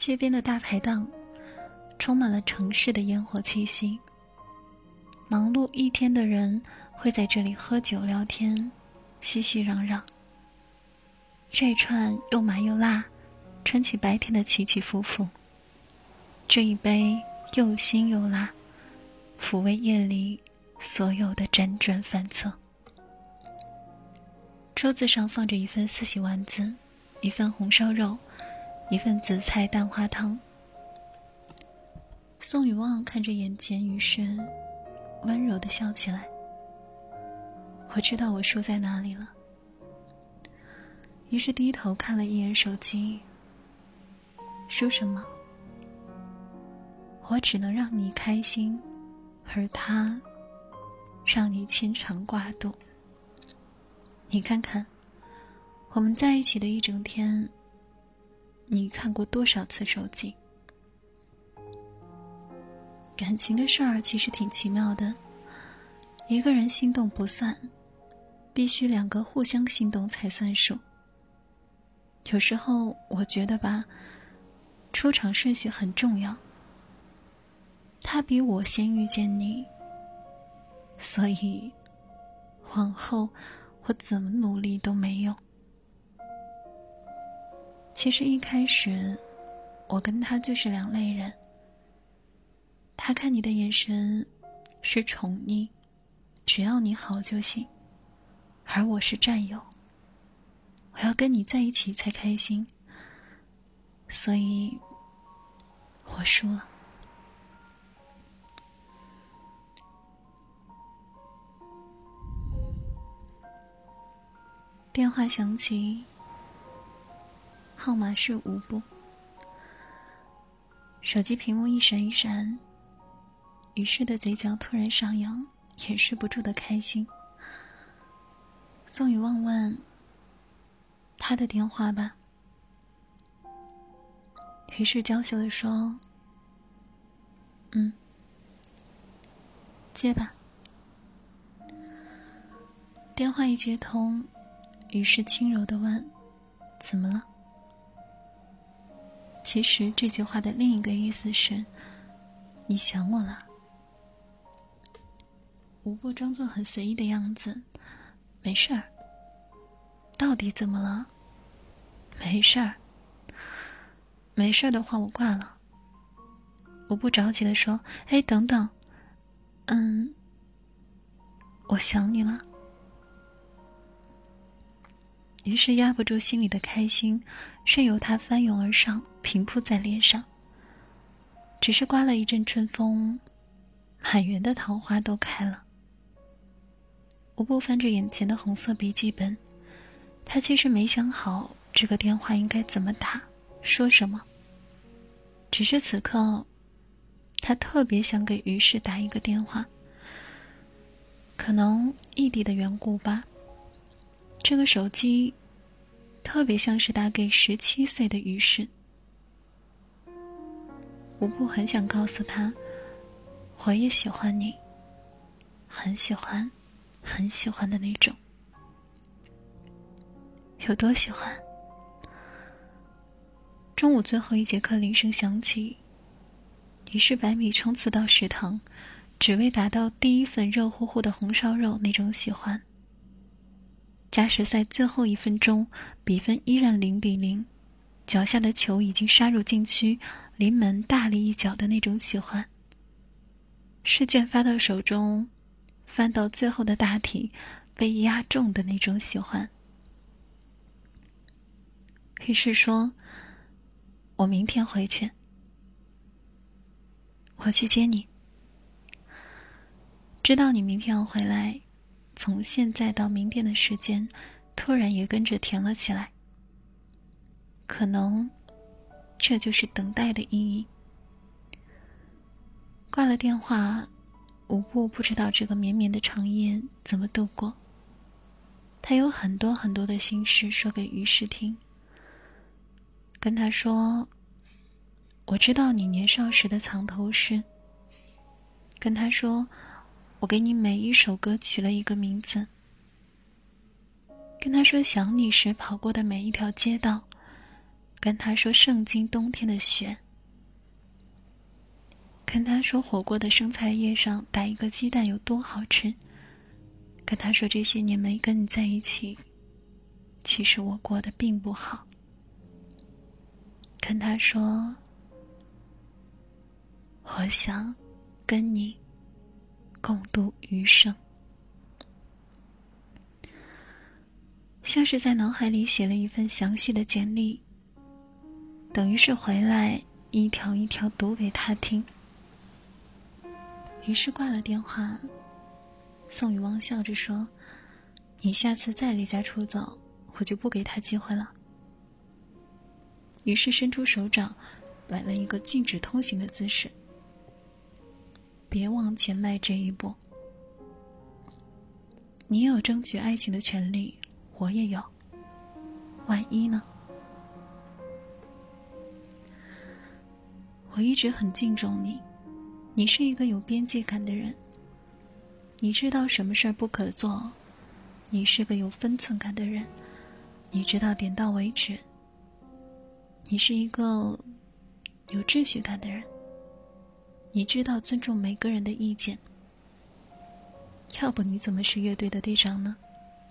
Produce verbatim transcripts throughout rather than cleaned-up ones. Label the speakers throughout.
Speaker 1: 街边的大排档充满了城市的烟火气息，忙碌一天的人会在这里喝酒聊天，熙熙攘攘。这一串又麻又辣，撑起白天的起起伏伏。这一杯又辛又辣，抚慰夜里所有的辗转反侧。桌子上放着一份四喜丸子，一份红烧肉，一份紫菜蛋花汤。宋雨望看着眼前于是温柔地笑起来。我知道我输在哪里了。于是低头看了一眼手机。输什么？我只能让你开心，而他让你牵肠挂肚。你看看，我们在一起的一整天，你看过多少次手机？感情的事儿其实挺奇妙的，一个人心动不算，必须两个互相心动才算数。有时候我觉得吧，出场顺序很重要。他比我先遇见你，所以往后我怎么努力都没用。其实一开始我跟他就是两类人，他看你的眼神是宠溺，只要你好就行，而我是占有，我要跟你在一起才开心，所以我输了。电话响起，号码是吴部。手机屏幕一闪一闪，于是的嘴角突然上扬，掩饰不住的开心。宋雨望问他的电话吧，于是娇羞地说嗯，接吧。电话一接通，于是轻柔地问怎么了。其实这句话的另一个意思是你想我了。吴部装作很随意的样子，没事儿。到底怎么了？没事儿。没事儿的话我挂了。吴部着急地说，哎，等等，嗯，我想你了。于是压不住心里的开心，任由它翻涌而上，平铺在脸上。只是刮了一阵春风，满园的桃花都开了。吴部翻着眼前的红色笔记本，他其实没想好这个电话应该怎么打，说什么。只是此刻，他特别想给于适打一个电话。可能异地的缘故吧，这个手机特别像是打给十七岁的于适。吴部很想告诉他，我也喜欢你，很喜欢很喜欢的那种。有多喜欢？中午最后一节课铃声响起，于是百米冲刺到食堂，只为达到第一份热乎乎的红烧肉那种喜欢。加时赛最后一分钟，比分依然零比零，脚下的球已经杀入禁区，临门大力一脚的那种喜欢。试卷发到手中，翻到最后的大题被压中的那种喜欢。于是说，我明天回去，我去接你。知道你明天要回来，从现在到明天的时间突然也跟着甜了起来。可能这就是等待的意义。挂了电话，吴部不知道这个绵绵的长夜怎么度过。他有很多很多的心事说给于适听，跟他说，我知道你年少时的藏头诗，跟他说，我给你每一首歌取了一个名字，跟他说想你时跑过的每一条街道， 跟他说圣经冬天的雪，跟他说火锅的生菜叶上打一个鸡蛋有多好吃，跟他说这些年没跟你在一起，其实我过得并不好，跟他说我想跟你共度余生，像是在脑海里写了一份详细的简历，等于是回来一条一条读给他听。于是挂了电话，宋雨汪笑着说，你下次再离家出走，我就不给他机会了。于是伸出手掌，摆了一个禁止通行的姿势，别往前迈这一步。你有争取爱情的权利，我也有，万一呢？我一直很敬重你，你是一个有边界感的人，你知道什么事儿不可做，你是个有分寸感的人，你知道点到为止，你是一个有秩序感的人，你知道尊重每个人的意见，要不你怎么是乐队的队长呢？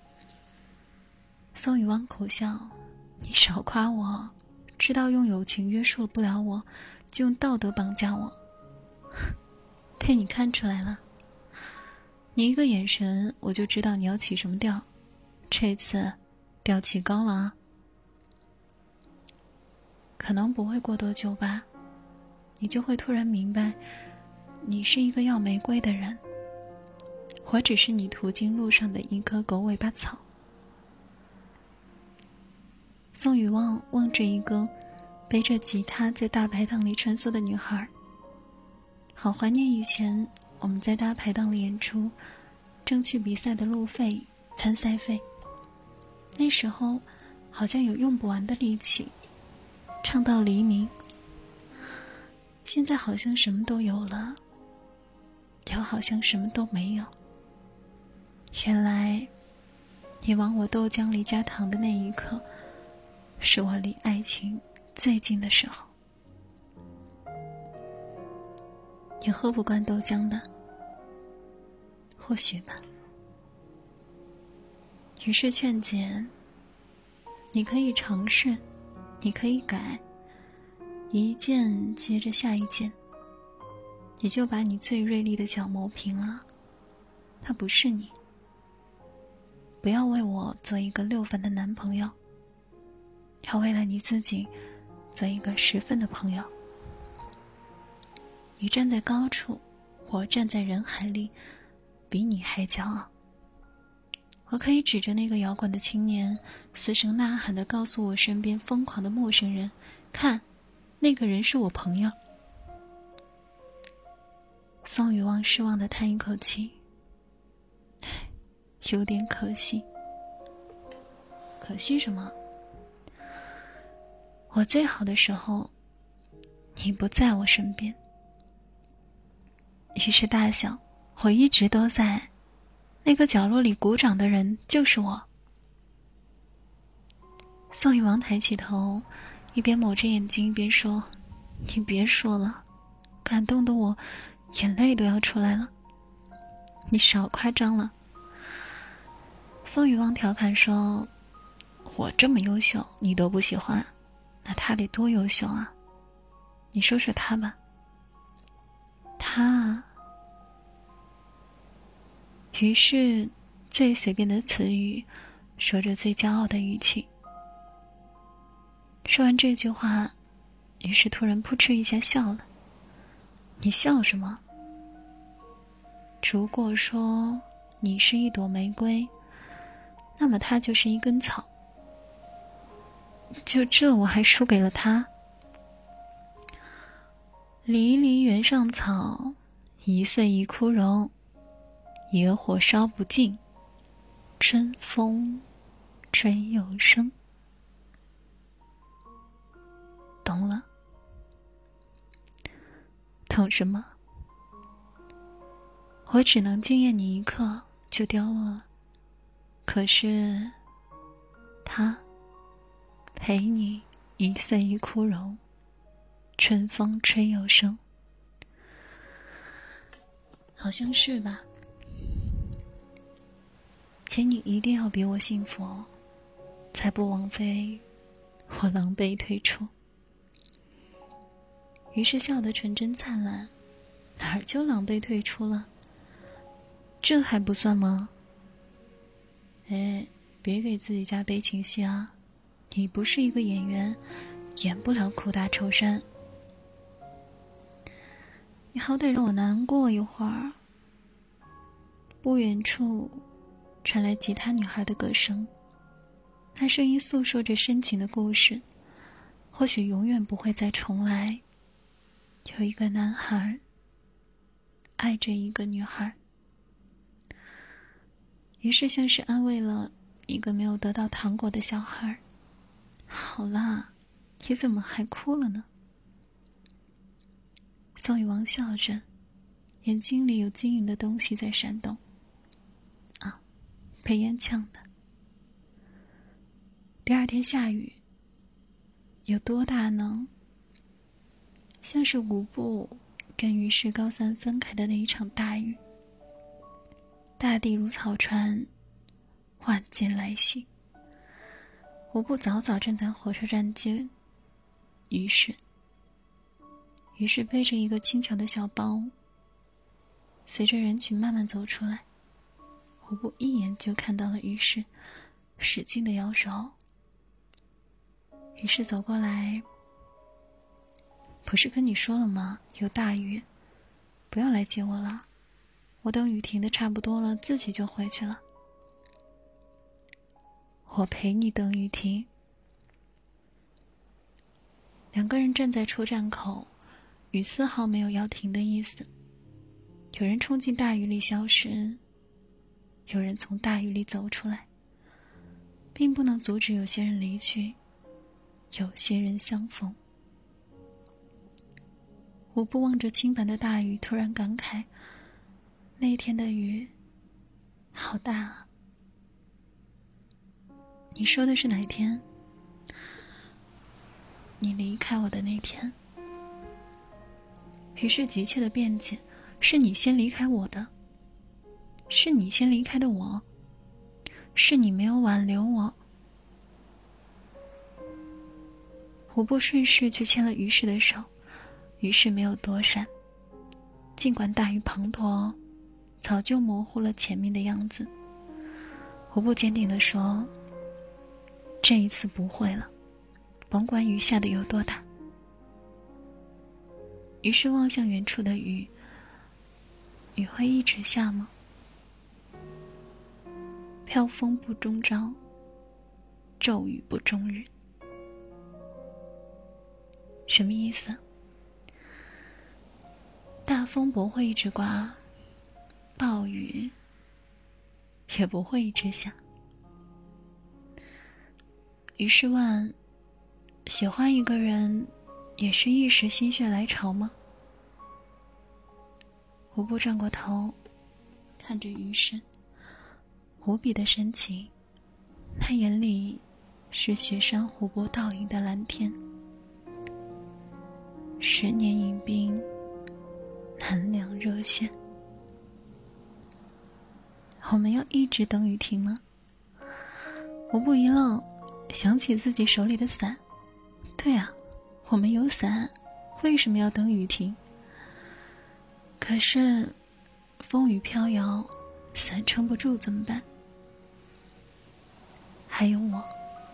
Speaker 1: 宋雨汪苦笑，你少夸我，知道用友情约束不了我，就用道德绑架我。被你看出来了，你一个眼神我就知道你要起什么调，这次调起高了啊。可能不会过多久吧，你就会突然明白，你是一个要玫瑰的人，我只是你途经路上的一棵狗尾巴草。宋雨汪望着一个背着吉他在大排档里穿梭的女孩，好怀念以前我们在大排档里演出，争取比赛的路费、参赛费。那时候好像有用不完的力气，唱到黎明。现在好像什么都有了，又好像什么都没有。原来你往我豆浆里加糖的那一刻，是我离爱情最近的时候。你喝不惯豆浆的，或许吧。于是劝解，你可以尝试，你可以改，一件接着下一件，你就把你最锐利的角磨平了。他不是你，不要为我做一个六分的男朋友，要为了你自己做一个十分的朋友。你站在高处，我站在人海里，比你还骄傲。我可以指着那个摇滚的青年，嘶声呐喊地告诉我身边疯狂的陌生人，看，那个人是我朋友。宋雨汪失望地叹一口气，有点可惜。可惜什么？我最好的时候，你不在我身边。于是大笑，我一直都在，那个角落里鼓掌的人就是我。宋雨汪抬起头，一边抹着眼睛一边说，你别说了，感动的我眼泪都要出来了，你少夸张了。宋雨汪调侃说，我这么优秀你都不喜欢，那他得多优秀啊，你说说他吧。他，于是最随便的词语，说着最骄傲的语气。说完这句话，于是突然扑哧一下笑了。你笑什么？如果说你是一朵玫瑰，那么他就是一根草。就这我还输给了他？离离原上草，一岁一枯荣，野火烧不尽，春风吹又生。懂了？懂什么？我只能惊艳你一刻就凋落了，可是他陪你一岁一枯荣，春风吹又生。好像是吧？请你一定要比我幸福哦，才不枉费我狼狈退出。于是笑得纯真灿烂，哪儿就狼狈退出了？这还不算吗？哎，别给自己加悲情戏啊！你不是一个演员，演不了苦大仇深。你好歹让我难过一会儿。不远处传来吉他女孩的歌声，那声音诉说着深情的故事，或许永远不会再重来。有一个男孩爱着一个女孩，于是像是安慰了一个没有得到糖果的小孩。好啦，你怎么还哭了呢？宋雨王笑着，眼睛里有晶莹的东西在闪动。啊，被烟呛的。第二天下雨，有多大呢？像是五部跟于是高三分开的那一场大雨。大地如草船，万箭来袭。五部早早站在火车站街，于是于是背着一个轻巧的小包，随着人群慢慢走出来。胡布一眼就看到了于是，使劲的摇手。于是走过来，不是跟你说了吗？有大雨，不要来接我了，我等雨停的差不多了，自己就回去了。我陪你等雨停。两个人站在出站口，雨丝毫没有要停的意思。有人冲进大雨里消失，有人从大雨里走出来，并不能阻止有些人离去，有些人相逢。我不望着倾盆的大雨，突然感慨，那天的雨好大啊。你说的是哪一天？你离开我的那天。于是急切的辩解，是你先离开我的，是你先离开的我，是你没有挽留我。胡不顺势去牵了于是的手，于是没有躲闪，尽管大雨滂沱，早就模糊了前面的样子。胡不坚定地说，这一次不会了，甭管雨下的有多大。于是望向远处的雨，雨会一直下吗？飘风不终朝，骤雨不终日。什么意思？大风不会一直刮，暴雨也不会一直下。于是问，喜欢一个人也是一时心血来潮吗？胡不转过头看着于是，无比的深情，他眼里是雪山湖泊倒影的蓝天。十年饮冰，难凉热血。我们要一直等雨停吗？胡不一愣，想起自己手里的伞。对啊，我们有伞，为什么要等雨停？可是风雨飘摇，伞撑不住怎么办？还有我。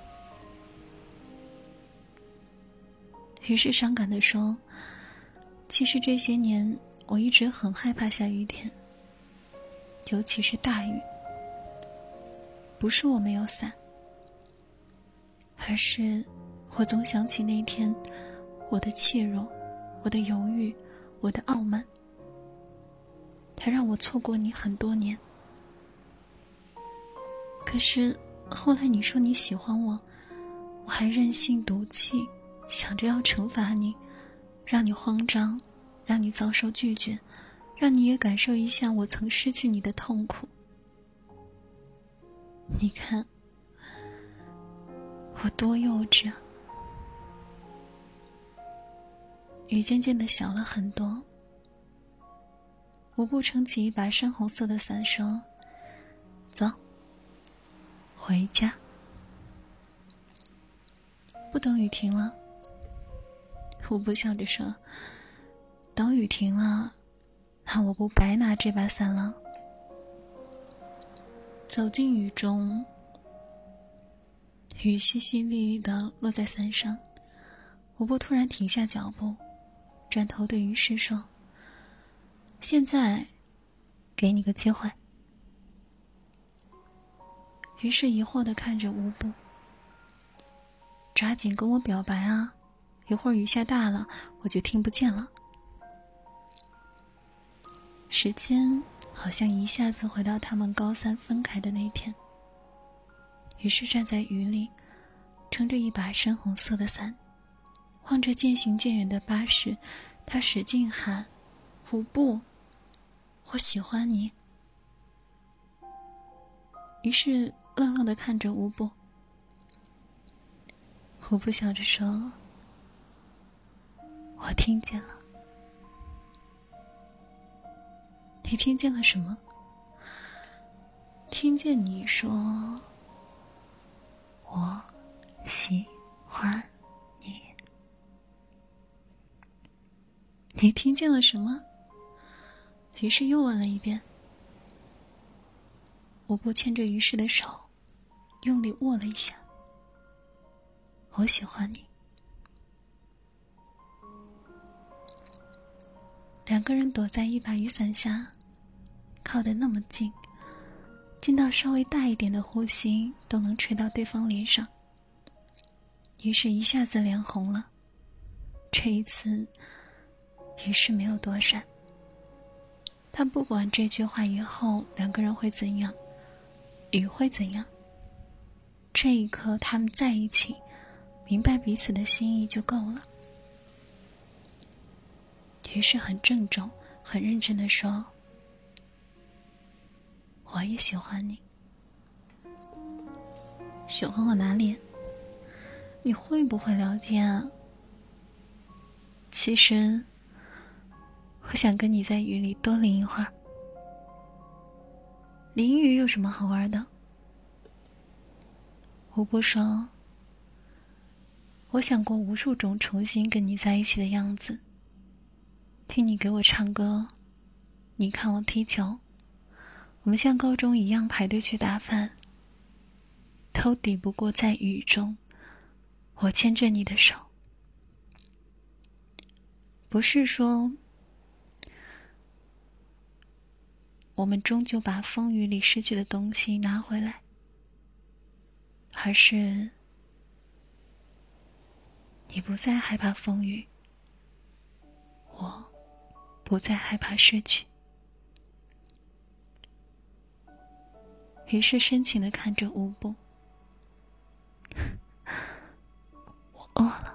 Speaker 1: 于是伤感地说，其实这些年我一直很害怕下雨天，尤其是大雨。不是我没有伞，而是我总想起那天我的怯弱，我的犹豫，我的傲慢，它让我错过你很多年。可是后来你说你喜欢我，我还任性赌气，想着要惩罚你，让你慌张，让你遭受拒绝，让你也感受一下我曾失去你的痛苦。你看我多幼稚啊！ 雨渐渐地小了很多。吴布撑起一把深红色的伞说：走，回家。不等雨停了，吴布笑着说：等雨停了，那我不白拿这把伞了。走进雨中，雨淅淅沥沥地落在伞上。吴布突然停下脚步，转头对于适说：现在给你个机会。于是疑惑地看着吴布：抓紧跟我表白啊，一会儿雨下大了我就听不见了。时间好像一下子回到他们高三分开的那天。于是站在雨里，撑着一把深红色的伞，望着渐行渐远的巴士，他使劲喊：吴布，我喜欢你。于是愣愣地看着吴布。吴布笑着说：我听见了。你听见了什么？听见你说我喜欢你。你听见了什么？于是又问了一遍。吴布牵着于是的手，用力握了一下。我喜欢你。两个人躲在一把雨伞下，靠得那么近，近到稍微大一点的呼吸都能吹到对方脸上。于是一下子脸红了。这一次于是没有躲闪。他不管这句话以后两个人会怎样，雨会怎样，这一刻他们在一起，明白彼此的心意就够了。于是很郑重很认真地说：我也喜欢你。喜欢我哪里？你会不会聊天啊？其实我想跟你在雨里多淋一会儿。淋雨有什么好玩的？吴布说：我想过无数种重新跟你在一起的样子，听你给我唱歌，你看我踢球，我们像高中一样排队去打饭，都抵不过在雨中我牵着你的手。不是说我们终究把风雨里失去的东西拿回来，而是你不再害怕风雨，我不再害怕失去。于是深情地看着吴布，我饿了。